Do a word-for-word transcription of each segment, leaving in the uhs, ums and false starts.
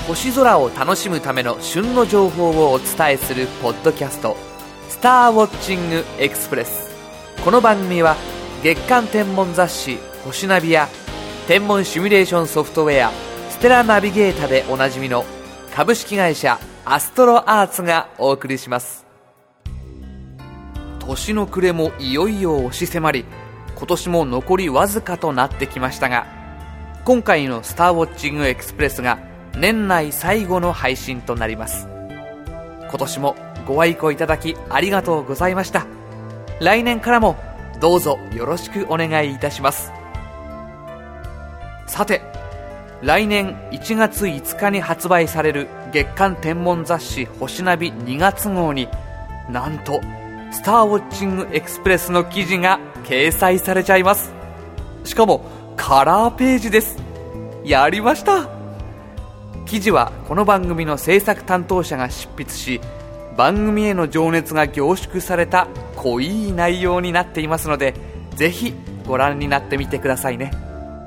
星空を楽しむための旬の情報をお伝えするポッドキャスト、スターウォッチングエクスプレス。この番組は月間天文雑誌星ナビや天文シミュレーションソフトウェアステラナビゲータでおなじみの株式会社アストロアーツがお送りします。年の暮れもいよいよ押し迫り、今年も残りわずかとなってきましたが、今回のスターウォッチングエクスプレスが年内最後の配信となります。今年もご愛顧いただきありがとうございました。来年からもどうぞよろしくお願いいたします。さて、来年いちがついつかに発売される月間天文雑誌星ナビにがつ号に、なんとスターウォッチングエクスプレスの記事が掲載されちゃいます。しかもカラーページです。やりました。記事はこの番組の制作担当者が執筆し、番組への情熱が凝縮された濃い内容になっていますので、ぜひご覧になってみてくださいね。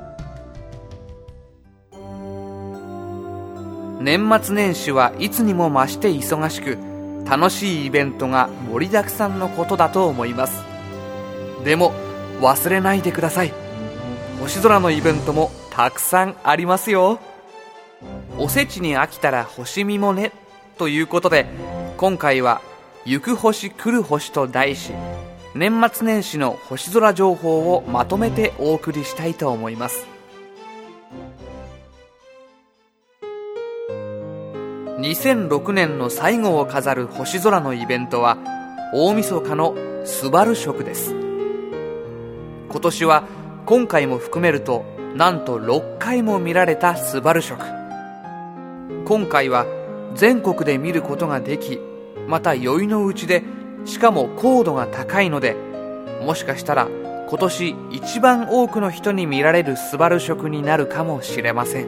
年末年始はいつにも増して忙しく、楽しいイベントが盛りだくさんのことだと思います。でも忘れないでください。星空のイベントもたくさんありますよ。おせちに飽きたら星見もねということで、今回は行く星来る星と題し、年末年始の星空情報をまとめてお送りしたいと思います。にせんろくねんの最後を飾る星空のイベントは大晦日のすばる食です。今年は今回も含めるとなんとろっかいも見られたすばる食。今回は全国で見ることができ、また宵のうちで、しかも高度が高いので、もしかしたら今年一番多くの人に見られるすばる食になるかもしれません。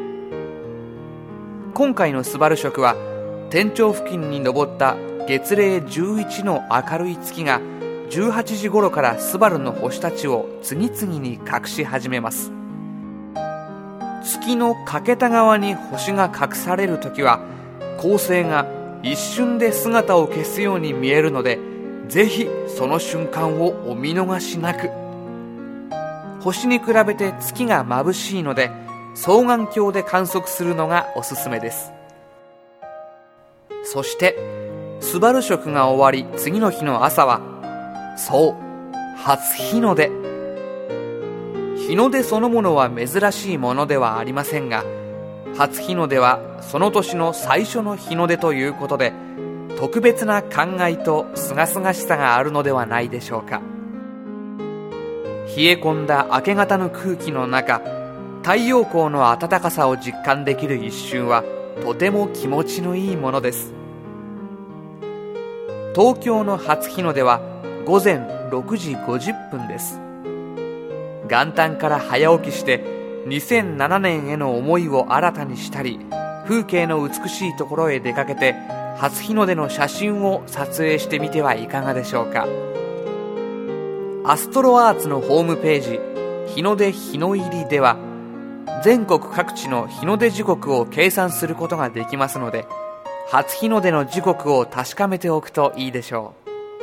今回のすばる食は天頂付近に昇った月齢じゅういちの明るい月がじゅうはちじ頃からすばるの星たちを次々に隠し始めます。月の欠けた側に星が隠されるときは、恒星が一瞬で姿を消すように見えるので、ぜひその瞬間をお見逃しなく。星に比べて月が眩しいので、双眼鏡で観測するのがおすすめです。そしてすばる食が終わり、次の日の朝は、そう、初日の出。日の出そのものは珍しいものではありませんが、初日の出はその年の最初の日の出ということで、特別な感慨と清々しさがあるのではないでしょうか。冷え込んだ明け方の空気の中、太陽光の暖かさを実感できる一瞬はとても気持ちのいいものです。東京の初日の出はごぜんろくじごじゅっぷんです。元旦から早起きしてにせんななねんへの思いを新たにしたり、風景の美しいところへ出かけて初日の出の写真を撮影してみてはいかがでしょうか。アストロアーツのホームページ、日の出日の入りでは全国各地の日の出時刻を計算することができますので、初日の出の時刻を確かめておくといいでしょ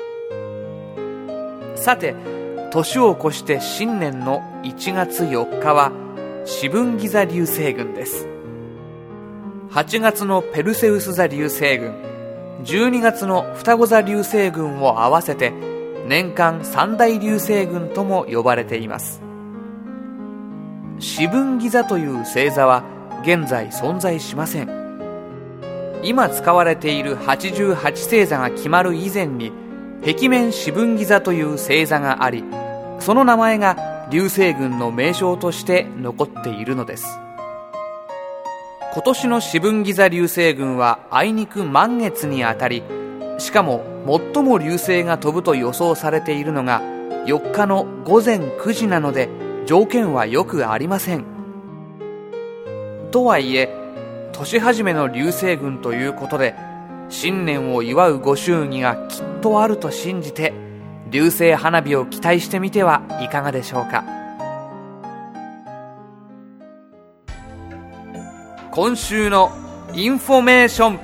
う。さて、年を越して新年のいちがつよっかは四分ギザ流星群です。はちがつのペルセウス座流星群、じゅうにがつの双子座流星群を合わせて年間三大流星群とも呼ばれています。四分ギザという星座は現在存在しません。今使われているはちじゅうはち星座が決まる以前に、壁面四分ギザという星座があり、その名前が流星群の名称として残っているのです。今年の四分ギザ流星群はあいにく満月にあたり、しかも最も流星が飛ぶと予想されているのがよっかのごぜんくじなので、条件はよくありません。とはいえ年始めの流星群ということで、新年を祝うご祝儀がきっとあると信じて流星花火を期待してみてはいかがでしょうか。今週のインフォメーション。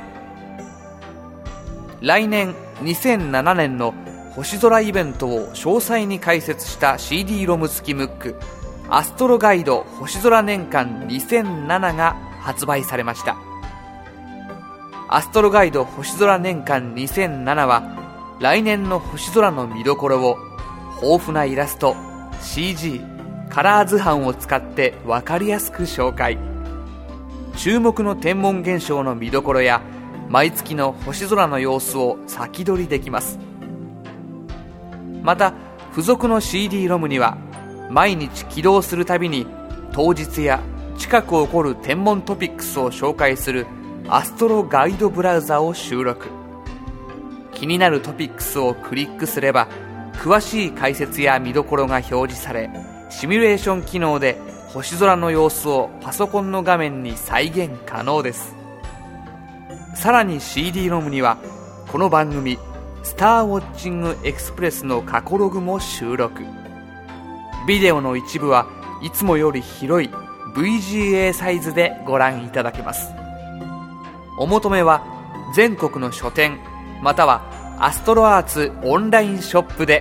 来年にせんななねんの星空イベントを詳細に解説した シーディー ロム付きムック、アストロガイド星空年間にせんななが発売されました。アストロガイド星空年間にせんななは来年の星空の見どころを豊富なイラスト、シージー、カラー図版を使って分かりやすく紹介。注目の天文現象の見どころや毎月の星空の様子を先取りできます。また付属の シーディー ロムには毎日起動するたびに当日や近く起こる天文トピックスを紹介するアストロガイドブラウザを収録。気になるトピックスをクリックすれば詳しい解説や見どころが表示され、シミュレーション機能で星空の様子をパソコンの画面に再現可能です。さらに シーディー ロムにはこの番組スターウォッチングエクスプレスの過去ログも収録。ビデオの一部はいつもより広い ブイジーエー サイズでご覧いただけます。お求めは全国の書店またはアストロアーツオンラインショップで。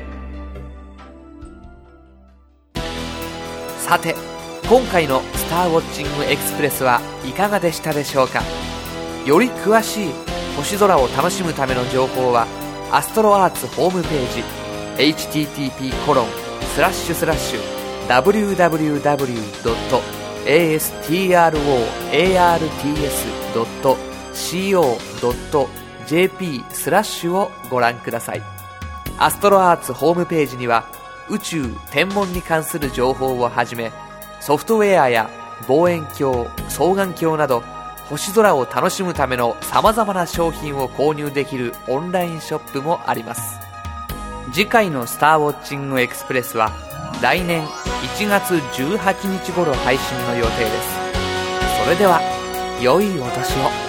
さて今回のスターウォッチングエクスプレスはいかがでしたでしょうか。より詳しい星空を楽しむための情報はアストロアーツホームページ エイチティーティーピーコロンスラッシュスラッシュダブリューダブリューダブリュードットエーエストロアールティーエスドットシーオードットジェーピー スラッシュをご覧ください。アストロアーツホームページには宇宙天文に関する情報をはじめソフトウェアや望遠鏡、双眼鏡など星空を楽しむための様々な商品を購入できるオンラインショップもあります。次回のスターウォッチングエクスプレスは来年いちがつじゅうはちにち頃配信の予定です。それでは良いお年を。